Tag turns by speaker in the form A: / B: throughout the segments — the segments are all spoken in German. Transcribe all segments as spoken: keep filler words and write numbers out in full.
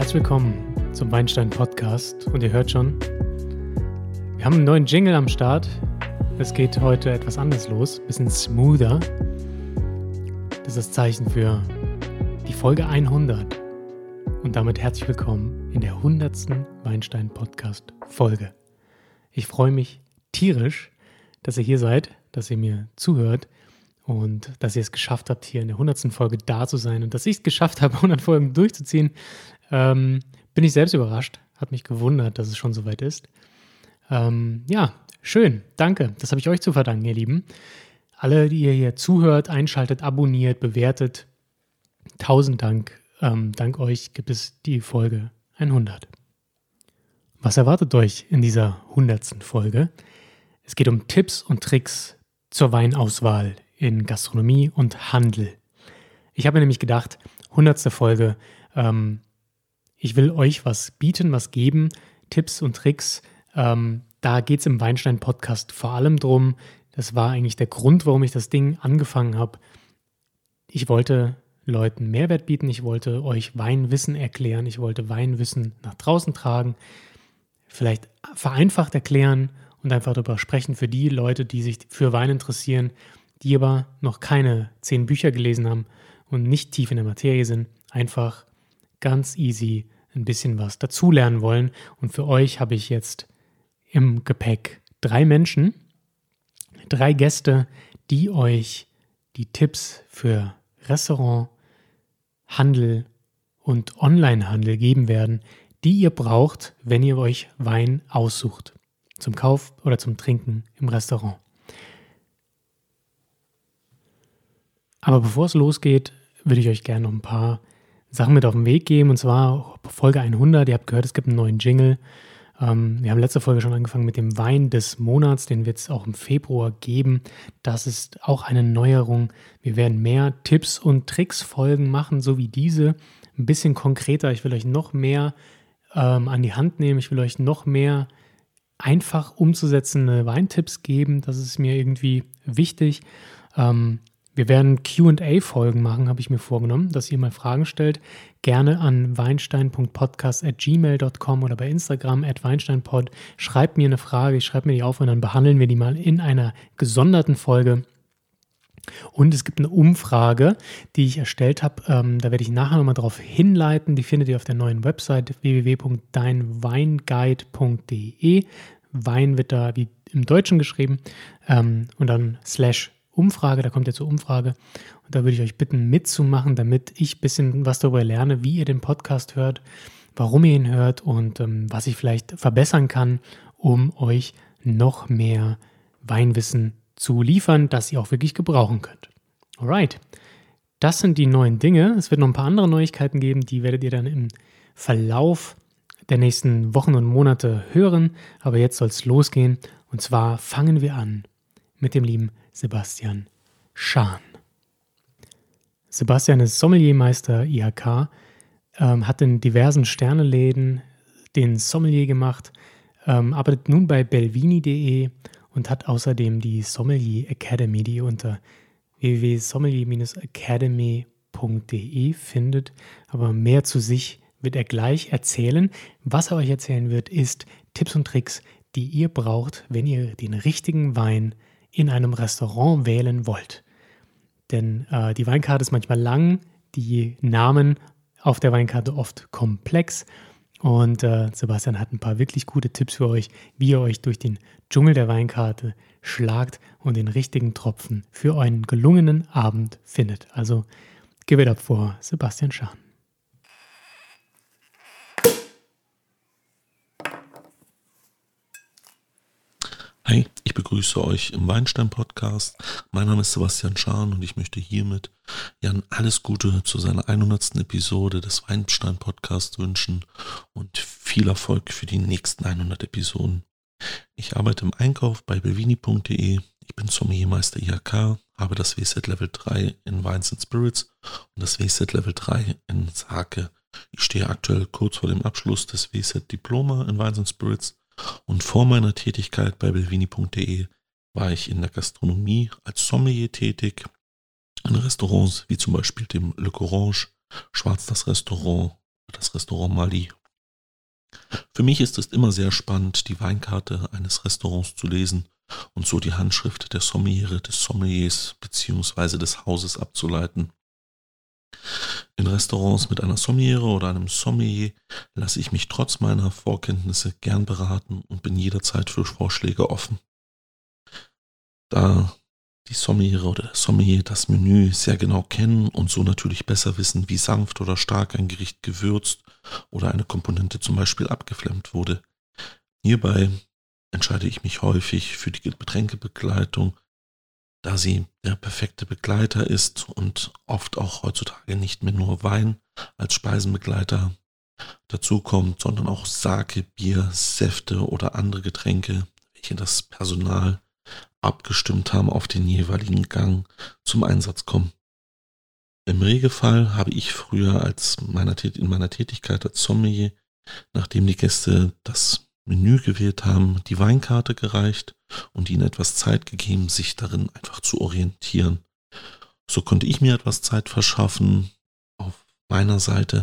A: Herzlich willkommen zum Weinstein Podcast und ihr hört schon, wir haben einen neuen Jingle am Start. Es geht heute etwas anders los, ein bisschen smoother. Das ist das Zeichen für die Folge hundert und damit herzlich willkommen in der hundertsten Weinstein Podcast Folge. Ich freue mich tierisch, dass ihr hier seid, dass ihr mir zuhört und dass ihr es geschafft habt, hier in der hundertsten Folge da zu sein und dass ich es geschafft habe, hundert Folgen durchzuziehen. Ähm, bin ich selbst überrascht, hat mich gewundert, dass es schon soweit ist. Ähm, ja, schön, danke, das habe ich euch zu verdanken, ihr Lieben. Alle, die ihr hier zuhört, einschaltet, abonniert, bewertet, tausend Dank. Ähm, dank euch gibt es die Folge hundert. Was erwartet euch in dieser hundertsten Folge? Es geht um Tipps und Tricks zur Weinauswahl in Gastronomie und Handel. Ich habe mir nämlich gedacht, hundertste Folge, ähm, ich will euch was bieten, was geben, Tipps und Tricks. Ähm, da geht es im Weinstein-Podcast vor allem drum. Das war eigentlich der Grund, warum ich das Ding angefangen habe. Ich wollte Leuten Mehrwert bieten, ich wollte euch Weinwissen erklären, ich wollte Weinwissen nach draußen tragen, vielleicht vereinfacht erklären und einfach darüber sprechen für die Leute, die sich für Wein interessieren, die aber noch keine zehn Bücher gelesen haben und nicht tief in der Materie sind, einfach ganz easy ein bisschen was dazulernen wollen. Und für euch habe ich jetzt im Gepäck drei Menschen, drei Gäste, die euch die Tipps für Restaurant, Handel und Onlinehandel geben werden, die ihr braucht, wenn ihr euch Wein aussucht. Zum Kauf oder zum Trinken im Restaurant. Aber bevor es losgeht, würde ich euch gerne noch ein paar Sachen mit auf den Weg geben. Und zwar Folge hundert. Ihr habt gehört, es gibt einen neuen Jingle. Ähm, wir haben letzte Folge schon angefangen mit dem Wein des Monats. Den wird es auch im Februar geben. Das ist auch eine Neuerung. Wir werden mehr Tipps und Tricks-Folgen machen, so wie diese. Ein bisschen konkreter. Ich will euch noch mehr ähm, an die Hand nehmen. Ich will euch noch mehr einfach umzusetzende Weintipps geben. Das ist mir irgendwie wichtig. Ähm, wir werden Q und A-Folgen machen, habe ich mir vorgenommen, dass ihr mal Fragen stellt. Gerne an weinstein punkt podcast at gmail punkt com oder bei Instagram at weinsteinpod. Schreibt mir eine Frage, ich schreibe mir die auf und dann behandeln wir die mal in einer gesonderten Folge. Und es gibt eine Umfrage, die ich erstellt habe. Ähm, da werde ich nachher nochmal drauf hinleiten. Die findet ihr auf der neuen Website w w w punkt dein weinguide punkt d e. Wein wird da wie im Deutschen geschrieben. Ähm, und dann slash Umfrage, da kommt ihr zur Umfrage. Und da würde ich euch bitten, mitzumachen, damit ich ein bisschen was darüber lerne, wie ihr den Podcast hört, warum ihr ihn hört und ähm, was ich vielleicht verbessern kann, um euch noch mehr Weinwissen zu liefern, das ihr auch wirklich gebrauchen könnt. Alright, das sind die neuen Dinge. Es wird noch ein paar andere Neuigkeiten geben, die werdet ihr dann im Verlauf der nächsten Wochen und Monate hören. Aber jetzt soll es losgehen. Und zwar fangen wir an mit dem lieben Sebastian Schahn. Sebastian ist Sommeliermeister I H K, ähm, hat in diversen Sterneläden den Sommelier gemacht, ähm, arbeitet nun bei belvini punkt de und hat außerdem die Sommelier Academy, die ihr unter w w w punkt sommelier Bindestrich academy punkt d e findet. Aber mehr zu sich wird er gleich erzählen. Was er euch erzählen wird, ist Tipps und Tricks, die ihr braucht, wenn ihr den richtigen Wein in einem Restaurant wählen wollt. Denn äh, die Weinkarte ist manchmal lang, die Namen auf der Weinkarte oft komplex und äh, Sebastian hat ein paar wirklich gute Tipps für euch, wie ihr euch durch den Dschungel der Weinkarte schlagt und den richtigen Tropfen für einen gelungenen Abend findet. Also give it up for Sebastian Schahn.
B: Hi, ich begrüße euch im Weinstein-Podcast. Mein Name ist Sebastian Schahn und ich möchte hiermit Jan alles Gute zu seiner hundertsten Episode des Weinstein-Podcasts wünschen und viel Erfolg für die nächsten hundert Episoden. Ich arbeite im Einkauf bei belvini punkt de. Ich bin Sommeliermeister I H K, habe das W S E T Level drei in Wines and Spirits und das W S E T Level drei in Sake. Ich stehe aktuell kurz vor dem Abschluss des W S E T Diploma in Wines and Spirits. Und vor meiner Tätigkeit bei belvini punkt de war ich in der Gastronomie als Sommelier tätig, in Restaurants wie zum Beispiel dem Le Corange, Schwarz das Restaurant das Restaurant Mali. Für mich ist es immer sehr spannend, die Weinkarte eines Restaurants zu lesen und so die Handschrift der Sommeliere, des Sommeliers bzw. des Hauses abzuleiten. In Restaurants mit einer Sommeliere oder einem Sommelier lasse ich mich trotz meiner Vorkenntnisse gern beraten und bin jederzeit für Vorschläge offen. Da die Sommeliere oder der Sommelier das Menü sehr genau kennen und so natürlich besser wissen, wie sanft oder stark ein Gericht gewürzt oder eine Komponente zum Beispiel abgeflammt wurde. Hierbei entscheide ich mich häufig für die Getränkebegleitung, da sie der perfekte Begleiter ist und oft auch heutzutage nicht mehr nur Wein als Speisenbegleiter dazukommt, sondern auch Sake, Bier, Säfte oder andere Getränke, welche das Personal abgestimmt haben auf den jeweiligen Gang zum Einsatz kommen. Im Regelfall habe ich früher als meiner, in meiner Tätigkeit als Sommelier, nachdem die Gäste das Menü gewählt haben, die Weinkarte gereicht und ihnen etwas Zeit gegeben, sich darin einfach zu orientieren. So konnte ich mir etwas Zeit verschaffen, auf meiner Seite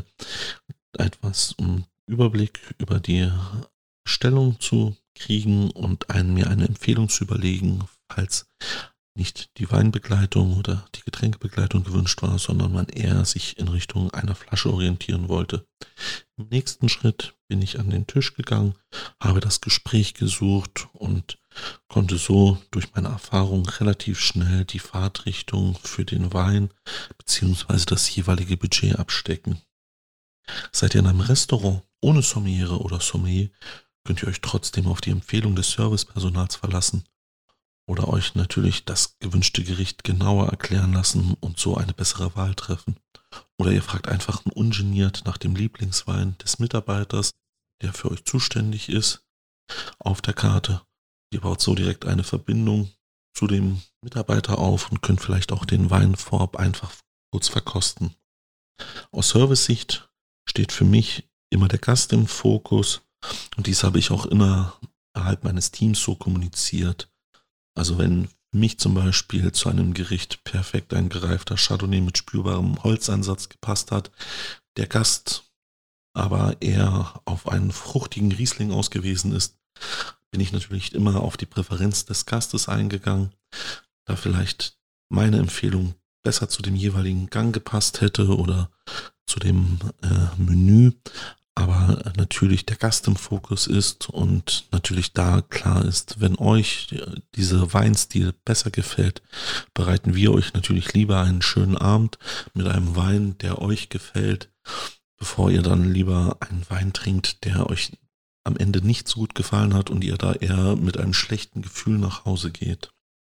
B: etwas um Überblick über die Stellung zu kriegen und einen, mir eine Empfehlung zu überlegen, falls nicht die Weinbegleitung oder die Getränkebegleitung gewünscht war, sondern man eher sich in Richtung einer Flasche orientieren wollte. Im nächsten Schritt bin ich an den Tisch gegangen, habe das Gespräch gesucht und konnte so durch meine Erfahrung relativ schnell die Fahrtrichtung für den Wein bzw. das jeweilige Budget abstecken. Seid ihr in einem Restaurant ohne Sommeliere oder Sommelier, könnt ihr euch trotzdem auf die Empfehlung des Servicepersonals verlassen oder euch natürlich das gewünschte Gericht genauer erklären lassen und so eine bessere Wahl treffen. Oder ihr fragt einfach ungeniert nach dem Lieblingswein des Mitarbeiters, der für euch zuständig ist, auf der Karte. Ihr baut so direkt eine Verbindung zu dem Mitarbeiter auf und könnt vielleicht auch den Wein vorab einfach kurz verkosten. Aus Service-Sicht steht für mich immer der Gast im Fokus und dies habe ich auch innerhalb meines Teams so kommuniziert. Also wenn für mich zum Beispiel zu einem Gericht perfekt ein gereifter Chardonnay mit spürbarem Holzansatz gepasst hat, der Gast aber eher auf einen fruchtigen Riesling ausgewiesen ist, bin ich natürlich immer auf die Präferenz des Gastes eingegangen, da vielleicht meine Empfehlung besser zu dem jeweiligen Gang gepasst hätte oder zu dem äh, Menü, aber natürlich der Gast im Fokus ist und natürlich da klar ist, wenn euch dieser Weinstil besser gefällt, bereiten wir euch natürlich lieber einen schönen Abend mit einem Wein, der euch gefällt, bevor ihr dann lieber einen Wein trinkt, der euch am Ende nicht so gut gefallen hat und ihr da eher mit einem schlechten Gefühl nach Hause geht.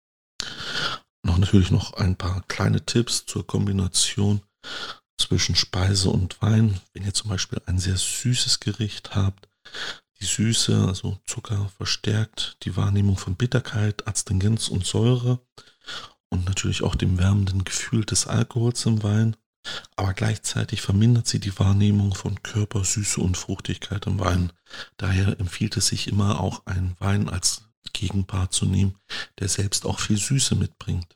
B: Noch natürlich noch ein paar kleine Tipps zur Kombination zwischen Speise und Wein. Wenn ihr zum Beispiel ein sehr süßes Gericht habt, die Süße, also Zucker, verstärkt die Wahrnehmung von Bitterkeit, Astringenz und Säure und natürlich auch dem wärmenden Gefühl des Alkohols im Wein, aber gleichzeitig vermindert sie die Wahrnehmung von Körper, Süße und Fruchtigkeit im Wein. Daher empfiehlt es sich immer auch einen Wein als Gegenpart zu nehmen, der selbst auch viel Süße mitbringt.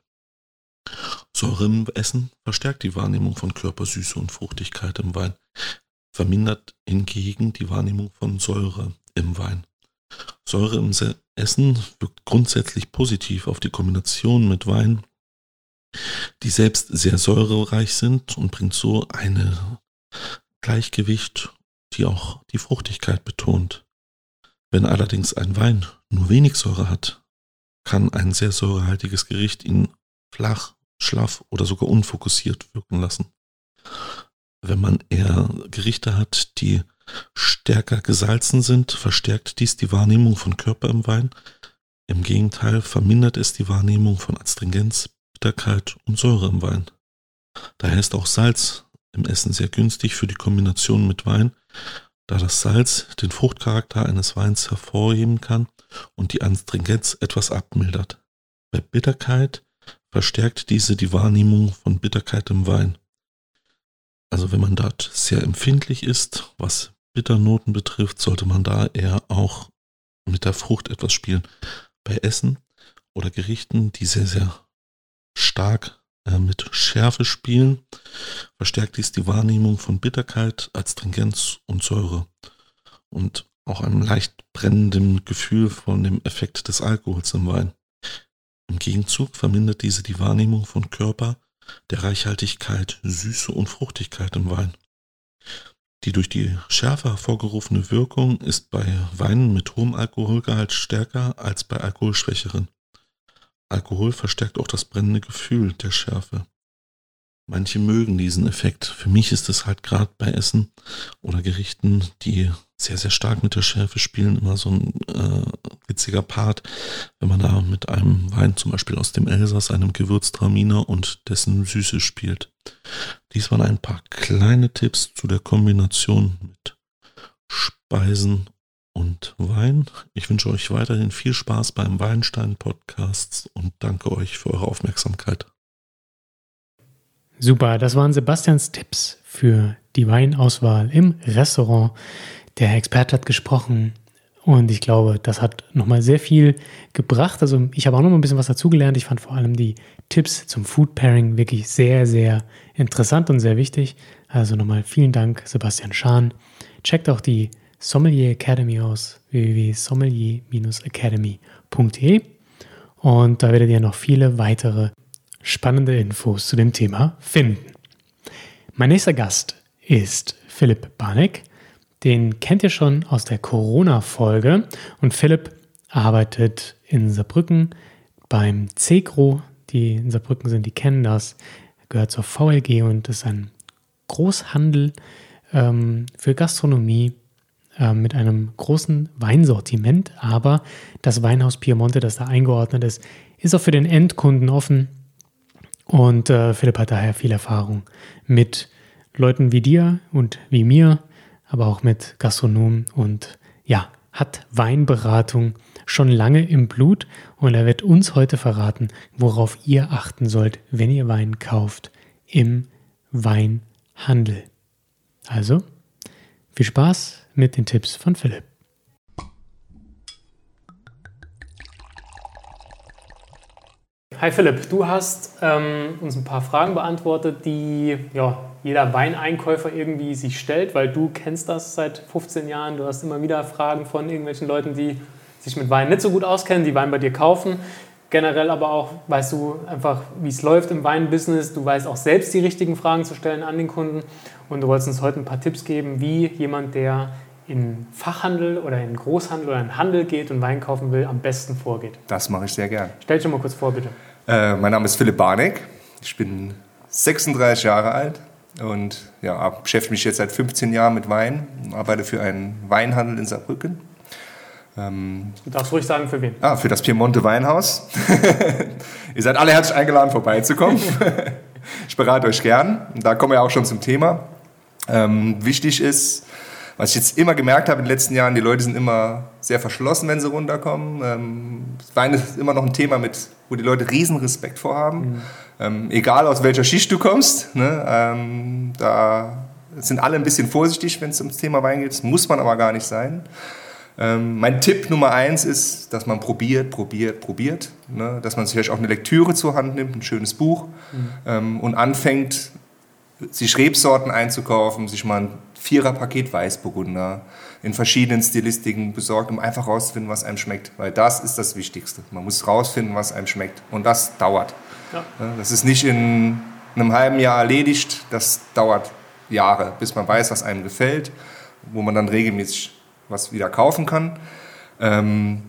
B: Säure im Essen verstärkt die Wahrnehmung von Körpersüße und Fruchtigkeit im Wein, vermindert hingegen die Wahrnehmung von Säure im Wein. Säure im Essen wirkt grundsätzlich positiv auf die Kombination mit Wein, die selbst sehr säurereich sind und bringt so ein Gleichgewicht, die auch die Fruchtigkeit betont. Wenn allerdings ein Wein nur wenig Säure hat, kann ein sehr säurehaltiges Gericht ihn flach, schlaff oder sogar unfokussiert wirken lassen. Wenn man eher Gerichte hat, die stärker gesalzen sind, verstärkt dies die Wahrnehmung von Körper im Wein. Im Gegenteil vermindert es die Wahrnehmung von Astringenz, Bitterkeit und Säure im Wein. Daher ist auch Salz im Essen sehr günstig für die Kombination mit Wein, da das Salz den Fruchtcharakter eines Weins hervorheben kann und die Astringenz etwas abmildert. Bei Bitterkeit verstärkt diese die Wahrnehmung von Bitterkeit im Wein. Also wenn man dort sehr empfindlich ist, was Bitternoten betrifft, sollte man da eher auch mit der Frucht etwas spielen. Bei Essen oder Gerichten, die sehr, sehr stark äh, mit Schärfe spielen, verstärkt dies die Wahrnehmung von Bitterkeit, Astringenz und Säure und auch einem leicht brennenden Gefühl von dem Effekt des Alkohols im Wein. Im Gegenzug vermindert diese die Wahrnehmung von Körper, der Reichhaltigkeit, Süße und Fruchtigkeit im Wein. Die durch die Schärfe hervorgerufene Wirkung ist bei Weinen mit hohem Alkoholgehalt stärker als bei alkoholschwächeren. Alkohol verstärkt auch das brennende Gefühl der Schärfe. Manche mögen diesen Effekt. Für mich ist es halt gerade bei Essen oder Gerichten, die sehr, sehr stark mit der Schärfe spielen, immer so ein äh, witziger Part, wenn man da mit einem Wein zum Beispiel aus dem Elsass, einem Gewürztraminer und dessen Süße spielt. Dies waren ein paar kleine Tipps zu der Kombination mit Speisen und Wein. Ich wünsche euch weiterhin viel Spaß beim Weinstein-Podcast und danke euch für eure Aufmerksamkeit.
A: Super, das waren Sebastians Tipps für die Weinauswahl im Restaurant. Der Experte hat gesprochen und ich glaube, das hat nochmal sehr viel gebracht. Also ich habe auch noch mal ein bisschen was dazugelernt. Ich fand vor allem die Tipps zum Food Pairing wirklich sehr, sehr interessant und sehr wichtig. Also nochmal vielen Dank, Sebastian Schahn. Checkt auch die Sommelier Academy aus, w w w punkt sommelier Bindestrich academy punkt d e, und da werdet ihr noch viele weitere spannende Infos zu dem Thema finden. Mein nächster Gast ist Philipp Barneck. Den kennt ihr schon aus der Corona-Folge. Und Philipp arbeitet in Saarbrücken beim CEGRO. Die in Saarbrücken sind, die kennen das. Gehört zur V L G und ist ein Großhandel ähm, für Gastronomie äh, mit einem großen Weinsortiment. Aber das Weinhaus Piemonte, das da eingeordnet ist, ist auch für den Endkunden offen. Und äh, Philipp hat daher viel Erfahrung mit Leuten wie dir und wie mir, aber auch mit Gastronomen und ja, hat Weinberatung schon lange im Blut und er wird uns heute verraten, worauf ihr achten sollt, wenn ihr Wein kauft im Weinhandel. Also, viel Spaß mit den Tipps von Philipp. Hi Philipp, du hast ähm, uns ein paar Fragen beantwortet, die ja, jeder Weineinkäufer irgendwie sich stellt, weil du kennst das seit fünfzehn Jahren. Du hast immer wieder Fragen von irgendwelchen Leuten, die sich mit Wein nicht so gut auskennen, die Wein bei dir kaufen. Generell aber auch weißt du einfach, wie es läuft im Weinbusiness. Du weißt auch selbst die richtigen Fragen zu stellen an den Kunden. Und du wolltest uns heute ein paar Tipps geben, wie jemand, der in Fachhandel oder in Großhandel oder in Handel geht und Wein kaufen will, am besten vorgeht.
C: Das mache ich sehr gern.
A: Stell dich doch mal kurz vor, bitte.
C: Äh, mein Name ist Philipp Barneck. Ich bin sechsunddreißig Jahre alt und ja, beschäftige mich jetzt seit fünfzehn Jahren mit Wein. Arbeite für einen Weinhandel in Saarbrücken. Ähm,
A: du darfst ruhig sagen, für wen?
C: Ah, für das Piemonte Weinhaus. Ihr seid alle herzlich eingeladen, vorbeizukommen. Ich berate euch gern. Da kommen wir auch schon zum Thema. Ähm, wichtig ist, was ich jetzt immer gemerkt habe in den letzten Jahren, die Leute sind immer sehr verschlossen, wenn sie runterkommen. Ähm, Wein ist immer noch ein Thema, mit, wo die Leute riesen Respekt vorhaben. Mhm. Ähm, egal aus welcher Schicht du kommst. Ne? Ähm, da sind alle ein bisschen vorsichtig, wenn es ums Thema Wein geht. Das muss man aber gar nicht sein. Ähm, mein Tipp Nummer eins ist, dass man probiert, probiert, probiert. Ne? Dass man sich vielleicht auch eine Lektüre zur Hand nimmt, ein schönes Buch. Mhm. Ähm, und anfängt, sich Rebsorten einzukaufen, sich mal ein Vierer-Paket Weißburgunder in verschiedenen Stilistiken besorgt, um einfach rauszufinden, was einem schmeckt. Weil das ist das Wichtigste. Man muss rausfinden, was einem schmeckt. Und das dauert. Ja. Das ist nicht in einem halben Jahr erledigt. Das dauert Jahre, bis man weiß, was einem gefällt, wo man dann regelmäßig was wieder kaufen kann. Ähm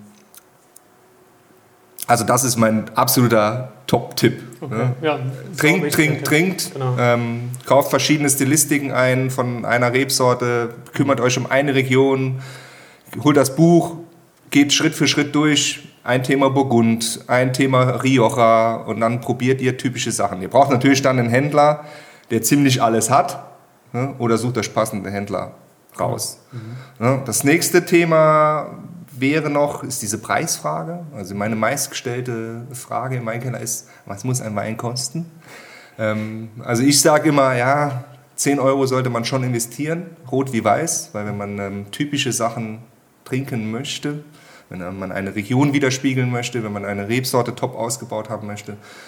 C: also das ist mein absoluter Top-Tipp.
A: Okay.
C: Ne?
A: Ja,
C: trinkt, trinkt, trinkt.
A: Genau.
C: Ähm, kauft verschiedene Stilistiken ein von einer Rebsorte, kümmert euch um eine Region, holt das Buch, geht Schritt für Schritt durch. Ein Thema Burgund, ein Thema Rioja und dann probiert ihr typische Sachen. Ihr braucht natürlich dann einen Händler, der ziemlich alles hat, ne? Oder sucht euch passende Händler raus. Mhm. Ne? Das nächste Thema wäre noch, ist diese Preisfrage. Also meine meistgestellte Frage im Weinkeller ist, was muss ein Wein kosten? Ähm, also ich sage immer, ja, zehn Euro sollte man schon investieren, rot wie weiß, weil wenn man ähm, typische Sachen trinken möchte, wenn man eine Region widerspiegeln möchte, wenn man eine Rebsorte top ausgebaut haben möchte,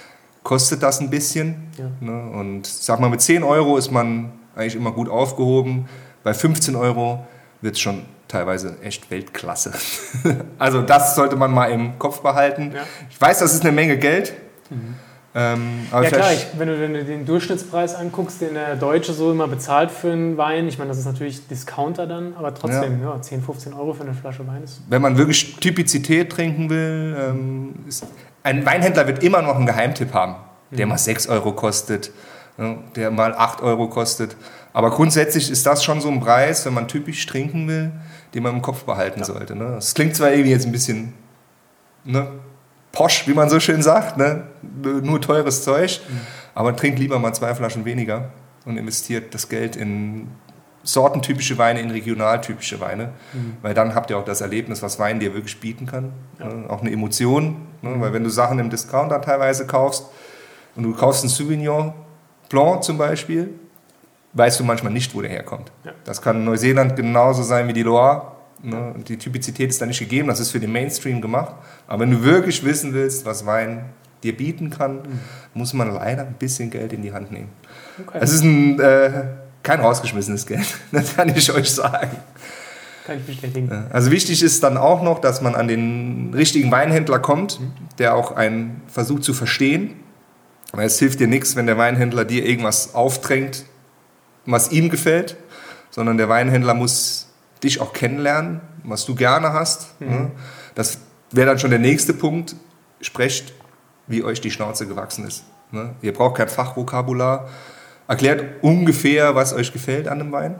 C: kostet das ein bisschen.
A: Ja.
C: Ne? Und sag mal, mit zehn Euro ist man eigentlich immer gut aufgehoben. Bei fünfzehn Euro wird es schon teilweise echt Weltklasse. Also das sollte man mal im Kopf behalten.
A: Ja.
C: Ich weiß, das ist eine Menge Geld. Mhm. Ähm, aber
A: ja klar, ich, wenn du den, den Durchschnittspreis anguckst, den der Deutsche so immer bezahlt für einen Wein, ich meine, das ist natürlich Discounter dann, aber trotzdem, ja. Ja, zehn, fünfzehn Euro für eine Flasche Wein ist...
C: Wenn man wirklich Typizität trinken will, ähm, ist, ein Weinhändler wird immer noch einen Geheimtipp haben, der mhm. mal sechs Euro kostet, ne, der mal acht Euro kostet. Aber grundsätzlich ist das schon so ein Preis, wenn man typisch trinken will, den man im Kopf behalten ja. sollte. Ne? Das klingt zwar irgendwie jetzt ein bisschen... Ne, posch, wie man so schön sagt, ne? Nur teures Zeug, mhm. aber trinkt lieber mal zwei Flaschen weniger und investiert das Geld in sortentypische Weine, in regionaltypische Weine, mhm. weil dann habt ihr auch das Erlebnis, was Wein dir wirklich bieten kann, ja. ne? Auch eine Emotion, ne? mhm. weil wenn du Sachen im Discounter teilweise kaufst und du kaufst einen Sauvignon Blanc zum Beispiel, weißt du manchmal nicht, wo der herkommt. Ja. Das kann Neuseeland genauso sein wie die Loire. Ne, die Typizität ist da nicht gegeben, das ist für den Mainstream gemacht. Aber wenn du wirklich wissen willst, was Wein dir bieten kann, mhm. muss man leider ein bisschen Geld in die Hand nehmen. Okay. Es ist ein, äh, kein rausgeschmissenes Geld, das kann ich euch sagen.
A: Kann ich bestätigen.
C: Also wichtig ist dann auch noch, dass man an den richtigen Weinhändler kommt, mhm. der auch einen versucht zu verstehen. Weil es hilft dir nichts, wenn der Weinhändler dir irgendwas aufdrängt, was ihm gefällt, sondern der Weinhändler muss dich auch kennenlernen, was du gerne hast. Mhm. Das wäre dann schon der nächste Punkt. Sprecht, wie euch die Schnauze gewachsen ist. Ihr braucht kein Fachvokabular. Erklärt ungefähr, was euch gefällt an dem Wein,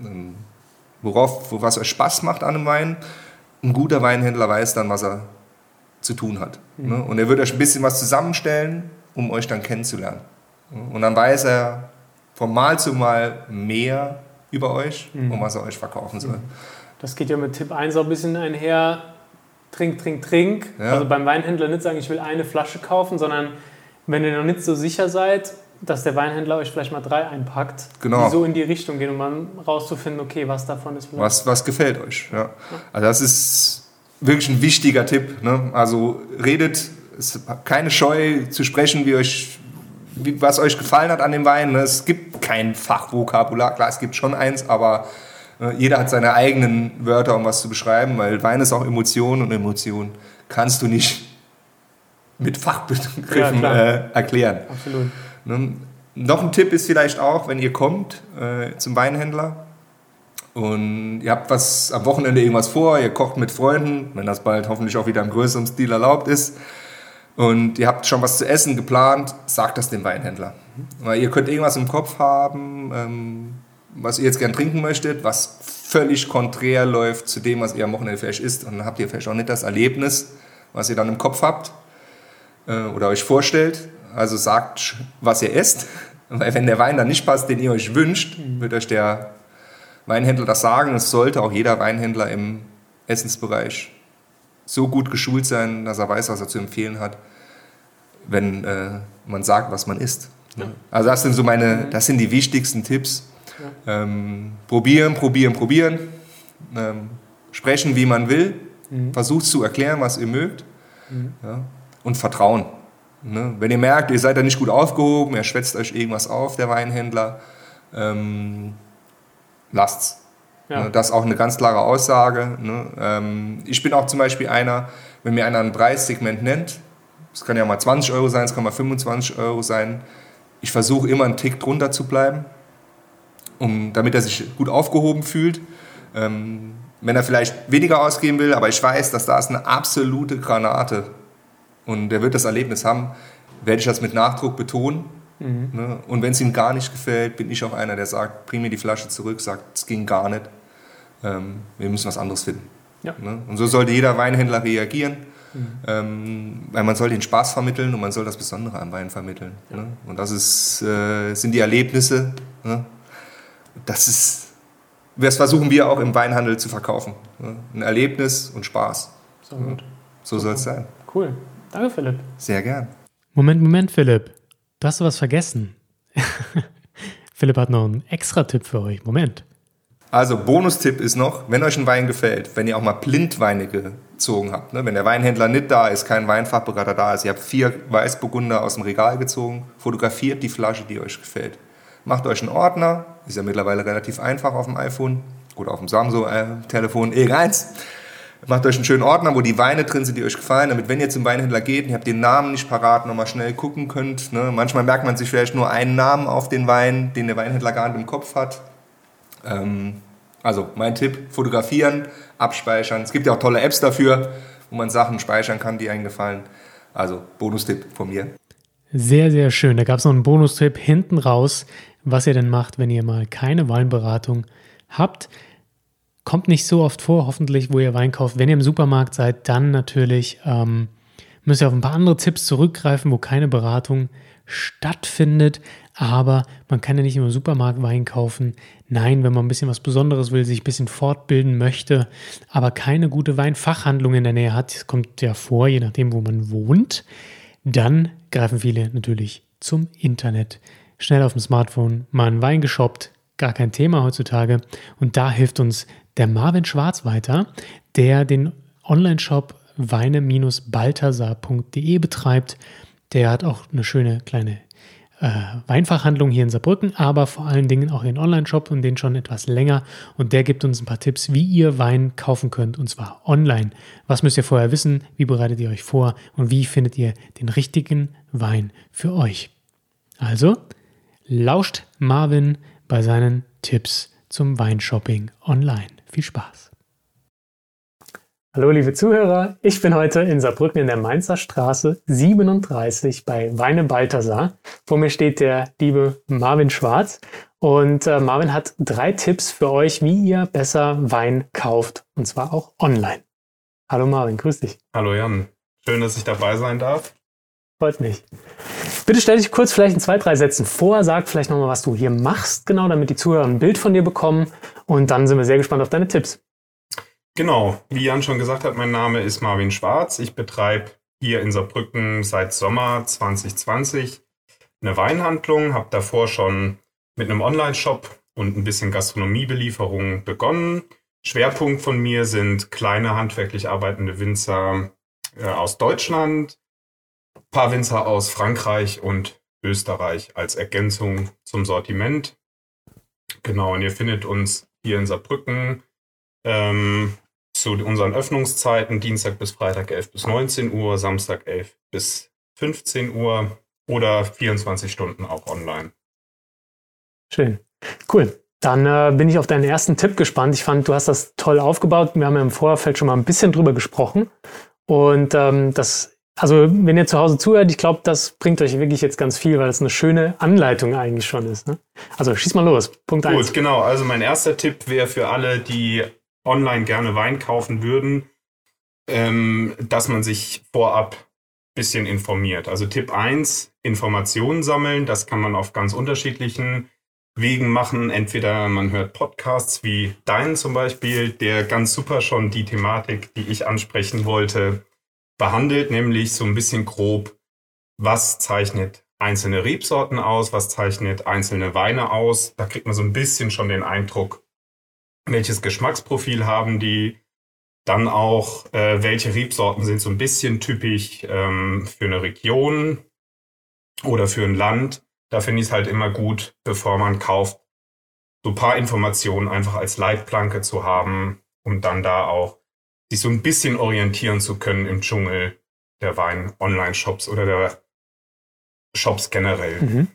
C: worauf, was euch Spaß macht an dem Wein. Ein guter Weinhändler weiß dann, was er zu tun hat. Mhm. Und er wird euch ein bisschen was zusammenstellen, um euch dann kennenzulernen. Und dann weiß er von Mal zu Mal mehr über euch, mhm. und was er euch verkaufen soll.
A: Das geht ja mit Tipp eins auch ein bisschen einher. Trink, trink, trink. Ja. Also beim Weinhändler nicht sagen, ich will eine Flasche kaufen, sondern wenn ihr noch nicht so sicher seid, dass der Weinhändler euch vielleicht mal drei einpackt,
C: genau.
A: die so in die Richtung gehen, um dann rauszufinden, okay, was davon ist vielleicht...
C: Was, was gefällt euch, ja. Also das ist wirklich ein wichtiger Tipp. Ne? Also redet, es ist keine Scheu zu sprechen, wie euch... was euch gefallen hat an dem Wein. Es gibt kein Fachvokabular, klar, es gibt schon eins, aber jeder hat seine eigenen Wörter, um was zu beschreiben, weil Wein ist auch Emotion und Emotion kannst du nicht mit Fachbegriffen ja, äh, erklären.
A: Absolut.
C: Ne? Noch ein Tipp ist vielleicht auch, wenn ihr kommt äh, zum Weinhändler und ihr habt was am Wochenende irgendwas vor, ihr kocht mit Freunden, wenn das bald hoffentlich auch wieder im größeren Stil erlaubt ist, und ihr habt schon was zu essen geplant, sagt das dem Weinhändler. Weil ihr könnt irgendwas im Kopf haben, ähm, was ihr jetzt gern trinken möchtet, was völlig konträr läuft zu dem, was ihr am Wochenende vielleicht isst. Und dann habt ihr vielleicht auch nicht das Erlebnis, was ihr dann im Kopf habt äh, oder euch vorstellt. Also sagt, was ihr esst. Weil wenn der Wein dann nicht passt, den ihr euch wünscht, wird euch der Weinhändler das sagen. Es sollte auch jeder Weinhändler im Essensbereich so gut geschult sein, dass er weiß, was er zu empfehlen hat, wenn äh, man sagt, was man isst. Ja. Also das sind so meine, das sind die wichtigsten Tipps. Ja. Ähm, probieren, probieren, probieren. Ähm, sprechen, wie man will. Mhm. Versucht zu erklären, was ihr mögt. Mhm. Ja. Und Vertrauen. Ne? Wenn ihr merkt, ihr seid da nicht gut aufgehoben, er schwätzt euch irgendwas auf, der Weinhändler, ähm, lasst's. Ja. Das ist auch eine ganz klare Aussage. Ich bin auch zum Beispiel einer, wenn mir einer ein Preissegment nennt, das kann ja mal zwanzig Euro sein, es kann mal fünfundzwanzig Euro sein, ich versuche immer einen Tick drunter zu bleiben, um, damit er sich gut aufgehoben fühlt. Wenn er vielleicht weniger ausgeben will, aber ich weiß, dass da ist eine absolute Granate und er wird das Erlebnis haben, werde ich das mit Nachdruck betonen. Mhm. Ne? Und wenn es ihm gar nicht gefällt, bin ich auch einer, der sagt, bring mir die Flasche zurück, sagt, es ging gar nicht, ähm, wir müssen was anderes finden. Ja. Ne? Und so sollte jeder Weinhändler reagieren, mhm. ähm, weil man soll den Spaß vermitteln und man soll das Besondere am Wein vermitteln. Ja. Ne? Und das ist, äh, sind die Erlebnisse, ne? Das ist, das versuchen wir auch im Weinhandel zu verkaufen. Ne? Ein Erlebnis und Spaß.
A: So, gut.
C: So soll es sein.
A: Cool. Danke, Philipp.
C: Sehr gern.
A: Moment, Moment, Philipp. Du hast was vergessen. Philipp hat noch einen extra Tipp für euch. Moment.
C: Also Bonustipp ist noch, wenn euch ein Wein gefällt, wenn ihr auch mal Blindweine gezogen habt, ne? Wenn der Weinhändler nicht da ist, kein Weinfachberater da ist, ihr habt vier Weißburgunder aus dem Regal gezogen, fotografiert die Flasche, die euch gefällt. Macht euch einen Ordner, ist ja mittlerweile relativ einfach auf dem iPhone oder auf dem Samsung-Telefon, äh, eins. Macht euch einen schönen Ordner, wo die Weine drin sind, die euch gefallen, damit, wenn ihr zum Weinhändler geht und ihr habt den Namen nicht parat, nochmal schnell gucken könnt. Ne? Manchmal merkt man sich vielleicht nur einen Namen auf den Wein, den der Weinhändler gar nicht im Kopf hat. Ähm, also mein Tipp, fotografieren, abspeichern. Es gibt ja auch tolle Apps dafür, wo man Sachen speichern kann, die einem gefallen. Also Bonustipp von mir.
A: Sehr, sehr schön. Da gab es noch einen Bonustipp hinten raus, was ihr denn macht, wenn ihr mal keine Weinberatung habt. Kommt nicht so oft vor, hoffentlich, wo ihr Wein kauft. Wenn ihr im Supermarkt seid, dann natürlich ähm, müsst ihr auf ein paar andere Tipps zurückgreifen, wo keine Beratung stattfindet. Aber man kann ja nicht immer im Supermarkt Wein kaufen. Nein, wenn man ein bisschen was Besonderes will, sich ein bisschen fortbilden möchte, aber keine gute Weinfachhandlung in der Nähe hat, das kommt ja vor, je nachdem, wo man wohnt, dann greifen viele natürlich zum Internet. Schnell auf dem Smartphone mal einen Wein geshoppt, gar kein Thema heutzutage. Und da hilft uns der Marvin Schwarz weiter, der den Online-Shop weine Bindestrich balthasar punkt de betreibt. Der hat auch eine schöne kleine äh, Weinfachhandlung hier in Saarbrücken, aber vor allen Dingen auch den Online-Shop und den schon etwas länger. Und der gibt uns ein paar Tipps, wie ihr Wein kaufen könnt, und zwar online. Was müsst ihr vorher wissen? Wie bereitet ihr euch vor? Und wie findet ihr den richtigen Wein für euch? Also, lauscht Marvin bei seinen Tipps zum Weinshopping online. Viel Spaß! Hallo liebe Zuhörer, ich bin heute in Saarbrücken in der Mainzer Straße siebenunddreißig bei Weine Balthasar. Vor mir steht der liebe Marvin Schwarz und äh, Marvin hat drei Tipps für euch, wie ihr besser Wein kauft, und zwar auch online. Hallo Marvin, grüß dich.
D: Hallo Jan, schön, dass ich dabei sein darf.
A: Freut mich. Bitte stell dich kurz vielleicht in zwei, drei Sätzen vor, sag vielleicht nochmal, was du hier machst, genau, damit die Zuhörer ein Bild von dir bekommen, und dann sind wir sehr gespannt auf deine Tipps.
D: Genau, wie Jan schon gesagt hat, mein Name ist Marvin Schwarz. Ich betreibe hier in Saarbrücken seit Sommer zwanzig zwanzig eine Weinhandlung, habe davor schon mit einem Online-Shop und ein bisschen Gastronomiebelieferung begonnen. Schwerpunkt von mir sind kleine handwerklich arbeitende Winzer äh, aus Deutschland, ein paar Winzer aus Frankreich und Österreich als Ergänzung zum Sortiment. Genau, und ihr findet uns hier in Saarbrücken ähm, zu unseren Öffnungszeiten Dienstag bis Freitag elf bis neunzehn Uhr, Samstag elf bis fünfzehn Uhr oder vierundzwanzig Stunden auch online.
A: Schön, cool. Dann äh, bin ich auf deinen ersten Tipp gespannt. Ich fand, du hast das toll aufgebaut. Wir haben ja im Vorfeld schon mal ein bisschen drüber gesprochen. Und ähm, das, also wenn ihr zu Hause zuhört, ich glaube, das bringt euch wirklich jetzt ganz viel, weil es eine schöne Anleitung eigentlich schon ist. Ne? Also schieß mal los. Punkt eins.
D: Gut, genau. Also mein erster Tipp wäre für alle, die online gerne Wein kaufen würden, ähm, dass man sich vorab ein bisschen informiert. Also Tipp eins, Informationen sammeln. Das kann man auf ganz unterschiedlichen Wegen machen. Entweder man hört Podcasts wie deinen zum Beispiel, der ganz super schon die Thematik, die ich ansprechen wollte, behandelt, nämlich so ein bisschen grob, was zeichnet einzelne Rebsorten aus, was zeichnet einzelne Weine aus. Da kriegt man so ein bisschen schon den Eindruck, welches Geschmacksprofil haben die, dann auch, äh, welche Rebsorten sind so ein bisschen typisch ähm, für eine Region oder für ein Land. Da finde ich es halt immer gut, bevor man kauft, so ein paar Informationen einfach als Leitplanke zu haben, um dann da auch sich so ein bisschen orientieren zu können im Dschungel der Wein-Online-Shops oder der Shops generell.
A: Mhm.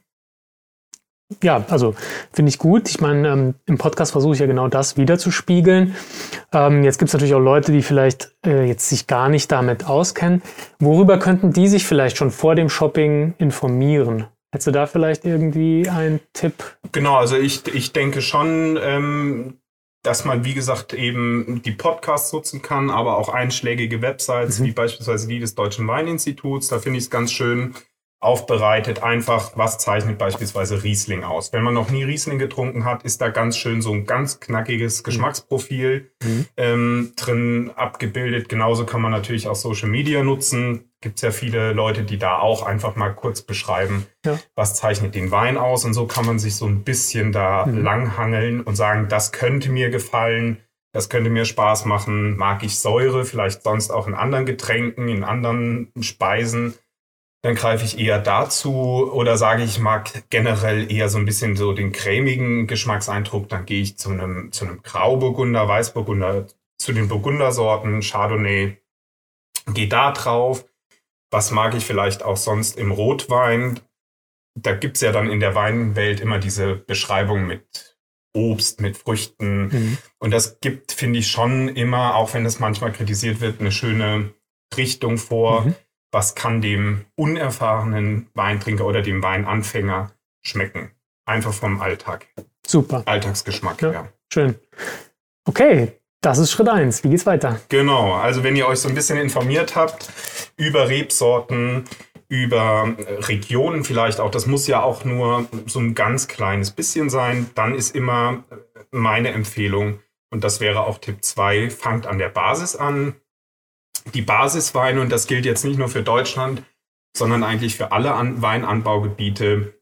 A: Ja, also finde ich gut. Ich meine, ähm, im Podcast versuche ich ja genau das wiederzuspiegeln. Ähm, jetzt gibt es natürlich auch Leute, die vielleicht äh, jetzt sich gar nicht damit auskennen. Worüber könnten die sich vielleicht schon vor dem Shopping informieren? Hättest du da vielleicht irgendwie einen Tipp?
D: Genau, also ich, ich denke schon, ähm, dass man, wie gesagt, eben die Podcasts nutzen kann, aber auch einschlägige Websites, mhm. wie beispielsweise die des Deutschen Weininstituts. Da finde ich es ganz schön, aufbereitet, einfach, was zeichnet beispielsweise Riesling aus. Wenn man noch nie Riesling getrunken hat, ist da ganz schön so ein ganz knackiges Geschmacksprofil mhm. ähm, drin abgebildet. Genauso kann man natürlich auch Social Media nutzen. Gibt es ja viele Leute, die da auch einfach mal kurz beschreiben, ja. was zeichnet den Wein aus. Und so kann man sich so ein bisschen da mhm. langhangeln und sagen, das könnte mir gefallen, das könnte mir Spaß machen. Mag ich Säure, vielleicht sonst auch in anderen Getränken, in anderen Speisen. Dann greife ich eher dazu oder sage ich, ich mag generell eher so ein bisschen so den cremigen Geschmackseindruck. Dann gehe ich zu einem, zu einem Grauburgunder, Weißburgunder, zu den Burgundersorten, Chardonnay, gehe da drauf. Was mag ich vielleicht auch sonst im Rotwein? Da gibt es ja dann in der Weinwelt immer diese Beschreibung mit Obst, mit Früchten. Mhm. Und das gibt, finde ich, schon immer, auch wenn es manchmal kritisiert wird, eine schöne Richtung vor. Mhm. Was kann dem unerfahrenen Weintrinker oder dem Weinanfänger schmecken? Einfach vom Alltag.
A: Super.
D: Alltagsgeschmack,
A: ja.
D: ja.
A: Schön. Okay, das ist Schritt eins. Wie geht's weiter?
D: Genau, also wenn ihr euch so ein bisschen informiert habt über Rebsorten, über Regionen vielleicht auch, das muss ja auch nur so ein ganz kleines bisschen sein, dann ist immer meine Empfehlung, und das wäre auch Tipp zwei, fangt an der Basis an. Die Basisweine, und das gilt jetzt nicht nur für Deutschland, sondern eigentlich für alle An- Weinanbaugebiete,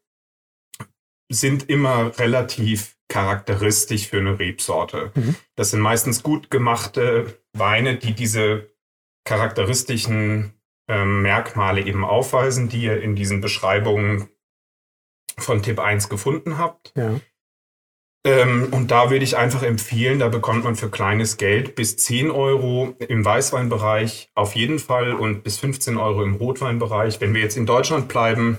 D: sind immer relativ charakteristisch für eine Rebsorte. Mhm. Das sind meistens gut gemachte Weine, die diese charakteristischen äh, Merkmale eben aufweisen, die ihr in diesen Beschreibungen von Tipp eins gefunden habt.
A: Ja.
D: Ähm, und da würde ich einfach empfehlen, da bekommt man für kleines Geld bis zehn Euro im Weißweinbereich auf jeden Fall und bis fünfzehn Euro im Rotweinbereich. Wenn wir jetzt in Deutschland bleiben,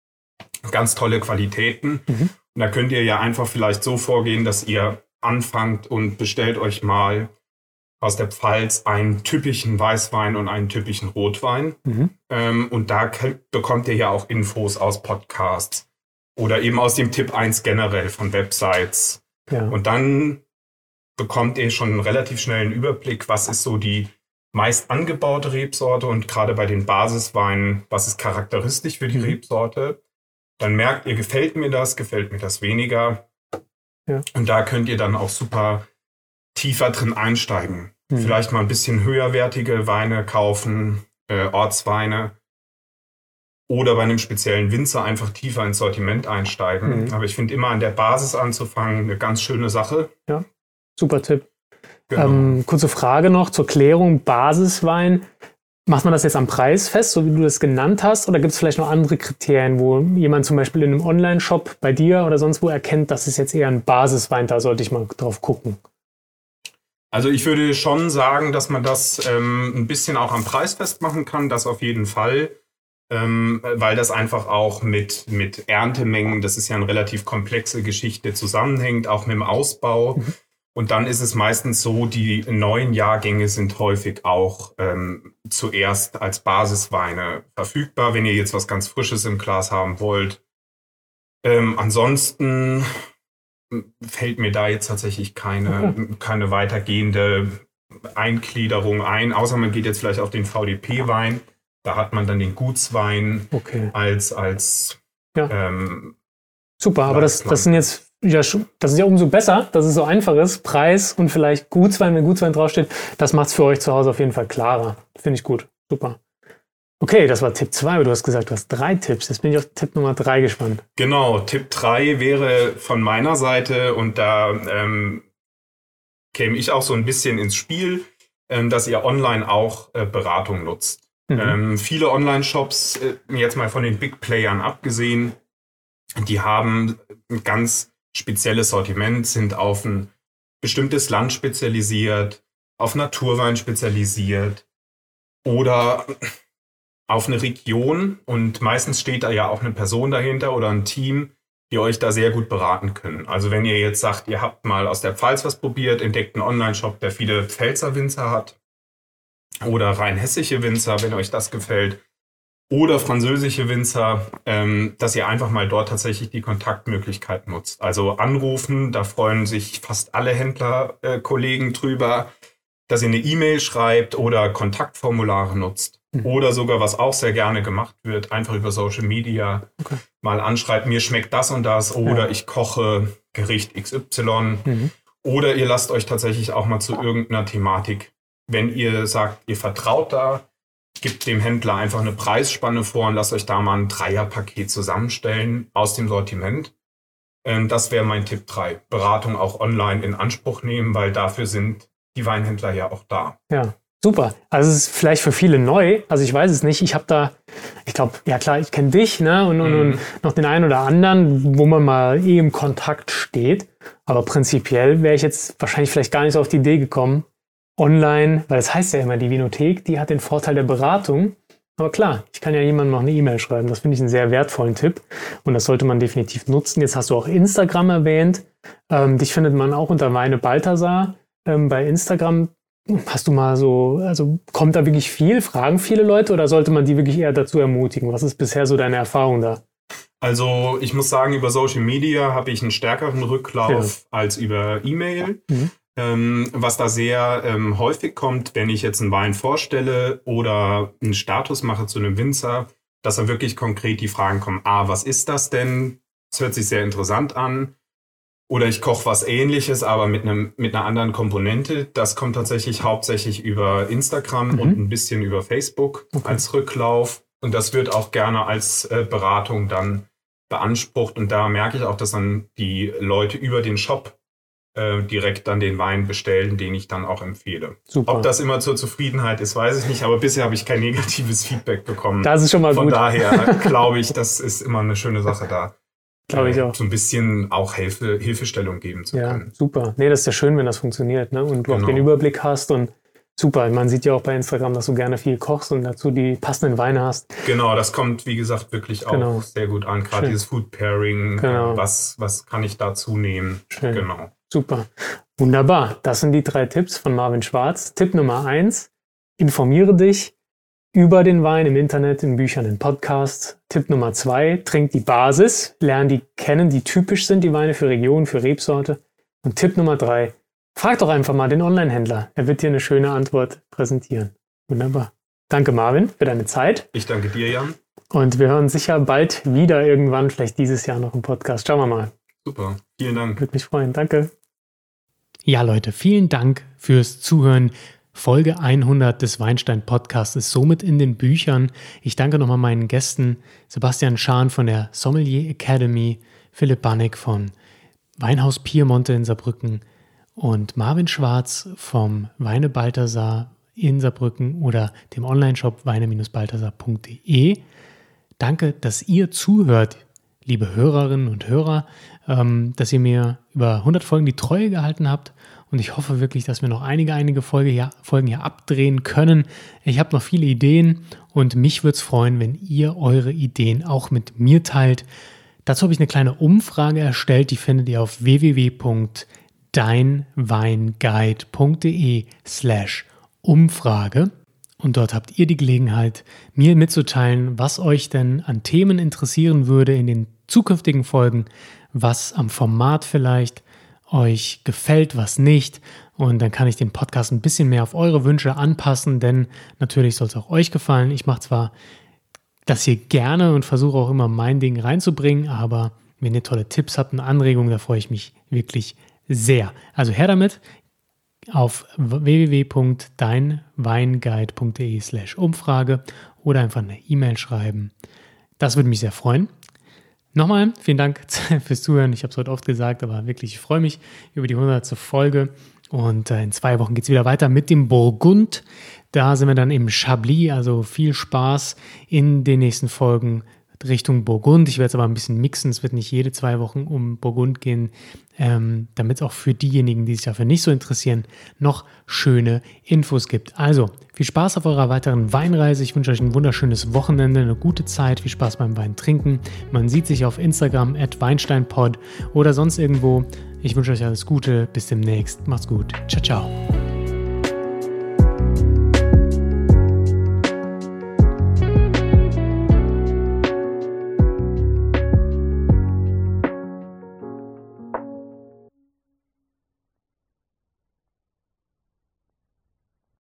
D: ganz tolle Qualitäten. Mhm. Und da könnt ihr ja einfach vielleicht so vorgehen, dass ihr anfangt und bestellt euch mal aus der Pfalz einen typischen Weißwein und einen typischen Rotwein. Mhm. Ähm, und da könnt, bekommt ihr ja auch Infos aus Podcasts. Oder eben aus dem Tipp eins generell von Websites. Ja. Und dann bekommt ihr schon einen relativ schnellen Überblick, was ist so die meist angebaute Rebsorte und gerade bei den Basisweinen, was ist charakteristisch für die mhm. Rebsorte. Dann merkt ihr, gefällt mir das, gefällt mir das weniger. Ja. Und da könnt ihr dann auch super tiefer drin einsteigen. Mhm. Vielleicht mal ein bisschen höherwertige Weine kaufen, äh, Ortsweine. Oder bei einem speziellen Winzer einfach tiefer ins Sortiment einsteigen. Mhm. Aber ich finde immer an der Basis anzufangen eine ganz schöne Sache.
A: Ja, super Tipp.
D: Genau.
A: Ähm, kurze Frage noch zur Klärung. Basiswein, macht man das jetzt am Preis fest, so wie du das genannt hast? Oder gibt es vielleicht noch andere Kriterien, wo jemand zum Beispiel in einem Online-Shop bei dir oder sonst wo erkennt, das ist jetzt eher ein Basiswein, da sollte ich mal drauf gucken?
D: Also ich würde schon sagen, dass man das ähm, ein bisschen auch am Preis festmachen kann, das auf jeden Fall. Ähm, weil das einfach auch mit, mit Erntemengen, das ist ja eine relativ komplexe Geschichte, zusammenhängt, auch mit dem Ausbau. Mhm. Und dann ist es meistens so, die neuen Jahrgänge sind häufig auch ähm, zuerst als Basisweine verfügbar, wenn ihr jetzt was ganz Frisches im Glas haben wollt. Ähm, ansonsten fällt mir da jetzt tatsächlich keine, okay. keine weitergehende Eingliederung ein, außer man geht jetzt vielleicht auf den V D P-Wein. Da hat man dann den Gutswein
A: okay.
D: als, als
A: ja.
D: ähm,
A: super, aber das, das sind jetzt ja, das ist ja umso besser, dass es so einfach ist. Preis und vielleicht Gutswein, wenn Gutswein draufsteht, das macht es für euch zu Hause auf jeden Fall klarer. Finde ich gut. Super. Okay, das war Tipp zwei, aber du hast gesagt, du hast drei Tipps. Jetzt bin ich auf Tipp Nummer drei gespannt.
D: Genau, Tipp drei wäre von meiner Seite und da ähm, käme ich auch so ein bisschen ins Spiel, ähm, dass ihr online auch äh, Beratung nutzt. Mhm. Ähm, viele Online-Shops, äh, jetzt mal von den Big Playern abgesehen, die haben ein ganz spezielles Sortiment, sind auf ein bestimmtes Land spezialisiert, auf Naturwein spezialisiert oder auf eine Region und meistens steht da ja auch eine Person dahinter oder ein Team, die euch da sehr gut beraten können. Also wenn ihr jetzt sagt, ihr habt mal aus der Pfalz was probiert, entdeckt einen Online-Shop, der viele Pfälzer Winzer hat oder rein hessische Winzer, wenn euch das gefällt, oder französische Winzer, ähm, dass ihr einfach mal dort tatsächlich die Kontaktmöglichkeit nutzt. Also anrufen, da freuen sich fast alle Händlerkollegen äh, drüber, dass ihr eine E-Mail schreibt oder Kontaktformulare nutzt. Mhm. Oder sogar, was auch sehr gerne gemacht wird, einfach über Social Media okay. mal anschreibt, mir schmeckt das und das oder ja. ich koche Gericht X Y. Mhm. Oder ihr lasst euch tatsächlich auch mal zu irgendeiner Thematik, wenn ihr sagt, ihr vertraut da, gebt dem Händler einfach eine Preisspanne vor und lasst euch da mal ein Dreierpaket zusammenstellen aus dem Sortiment. Ähm, das wäre mein Tipp drei. Beratung auch online in Anspruch nehmen, weil dafür sind die Weinhändler ja auch da.
A: Ja, super. Also es ist vielleicht für viele neu. Also ich weiß es nicht. Ich habe da, ich glaube, ja klar, ich kenne dich, ne? Und, und, mhm. und noch den einen oder anderen, wo man mal eh im Kontakt steht. Aber prinzipiell wäre ich jetzt wahrscheinlich vielleicht gar nicht so auf die Idee gekommen, online, weil das heißt ja immer, die Vinothek, die hat den Vorteil der Beratung. Aber klar, ich kann ja jemandem noch eine E-Mail schreiben. Das finde ich einen sehr wertvollen Tipp. Und das sollte man definitiv nutzen. Jetzt hast du auch Instagram erwähnt. Ähm, dich findet man auch unter Weine Balthasar ähm, bei Instagram. Hast du mal so, also kommt da wirklich viel? Fragen viele Leute oder sollte man die wirklich eher dazu ermutigen? Was ist bisher so deine Erfahrung da?
D: Also ich muss sagen, über Social Media habe ich einen stärkeren Rücklauf ja. als über E-Mail. Mhm. Ähm, was da sehr ähm, häufig kommt, wenn ich jetzt einen Wein vorstelle oder einen Status mache zu einem Winzer, dass da wirklich konkret die Fragen kommen. Ah, was ist das denn? Das hört sich sehr interessant an. Oder ich koche was Ähnliches, aber mit einem mit einer anderen Komponente. Das kommt tatsächlich hauptsächlich über Instagram mhm. und ein bisschen über Facebook okay. als Rücklauf. Und das wird auch gerne als äh, Beratung dann beansprucht. Und da merke ich auch, dass dann die Leute über den Shop äh, direkt dann den Wein bestellen, den ich dann auch empfehle. Super. Ob das immer zur Zufriedenheit ist, weiß ich nicht. Aber bisher habe ich kein negatives Feedback bekommen.
A: Das ist schon mal
D: Von
A: gut.
D: Von daher glaube ich, das ist immer eine schöne Sache da.
A: Glaube ich auch.
D: So ein bisschen auch Hilfe, Hilfestellung geben zu
A: ja,
D: können.
A: Super. Nee, das ist ja schön, wenn das funktioniert, ne? Und du genau. auch den Überblick hast und super. Man sieht ja auch bei Instagram, dass du gerne viel kochst und dazu die passenden Weine hast.
D: Genau, das kommt, wie gesagt, wirklich auch genau. sehr gut an. Gerade dieses Food Pairing, genau. was, was kann ich dazu nehmen?
A: Schön.
D: Genau.
A: Super. Wunderbar. Das sind die drei Tipps von Marvin Schwarz. Tipp Nummer eins, informiere dich über den Wein im Internet, in Büchern, in Podcasts. Tipp Nummer zwei, trink die Basis, lern die kennen, die typisch sind, die Weine für Region, für Rebsorte. Und Tipp Nummer drei, frag doch einfach mal den Online-Händler. Er wird dir eine schöne Antwort präsentieren. Wunderbar. Danke, Marvin, für deine Zeit.
D: Ich danke dir, Jan.
A: Und wir hören sicher bald wieder irgendwann, vielleicht dieses Jahr noch im Podcast. Schauen wir mal.
D: Super, vielen Dank.
A: Würde mich freuen, danke. Ja, Leute, vielen Dank fürs Zuhören. Folge hundert des Weinstein Podcasts ist somit in den Büchern. Ich danke nochmal meinen Gästen, Sebastian Schahn von der Sommelier Academy, Philipp Banek von Weinhaus Piemonte in Saarbrücken und Marvin Schwarz vom Weine Balthasar in Saarbrücken oder dem Onlineshop weine balthasar punkt de. Danke, dass ihr zuhört, liebe Hörerinnen und Hörer, ähm, dass ihr mir über hundert Folgen die Treue gehalten habt. Und ich hoffe wirklich, dass wir noch einige, einige Folge hier, Folgen hier abdrehen können. Ich habe noch viele Ideen und mich würde es freuen, wenn ihr eure Ideen auch mit mir teilt. Dazu habe ich eine kleine Umfrage erstellt, die findet ihr auf w w w punkt deinweinguide punkt de slash Umfrage. Und dort habt ihr die Gelegenheit, mir mitzuteilen, was euch denn an Themen interessieren würde in den zukünftigen Folgen, was am Format vielleicht euch gefällt, was nicht. Und dann kann ich den Podcast ein bisschen mehr auf eure Wünsche anpassen, denn natürlich soll es auch euch gefallen. Ich mache zwar das hier gerne und versuche auch immer mein Ding reinzubringen, aber wenn ihr tolle Tipps habt und Anregungen, da freue ich mich wirklich sehr. Also her damit auf w w w punkt deinweinguide punkt de slash Umfrage oder einfach eine E-Mail schreiben. Das würde mich sehr freuen. Nochmal, vielen Dank fürs Zuhören. Ich habe es heute oft gesagt, aber wirklich, ich freue mich über die hundertste Folge. Und in zwei Wochen geht es wieder weiter mit dem Burgund. Da sind wir dann im Chablis, also viel Spaß in den nächsten Folgen Richtung Burgund. Ich werde es aber ein bisschen mixen. Es wird nicht jede zwei Wochen um Burgund gehen, ähm, damit es auch für diejenigen, die sich dafür nicht so interessieren, noch schöne Infos gibt. Also, viel Spaß auf eurer weiteren Weinreise. Ich wünsche euch ein wunderschönes Wochenende, eine gute Zeit, viel Spaß beim Wein trinken. Man sieht sich auf Instagram at weinsteinpod oder sonst irgendwo. Ich wünsche euch alles Gute. Bis demnächst. Macht's gut. Ciao, ciao.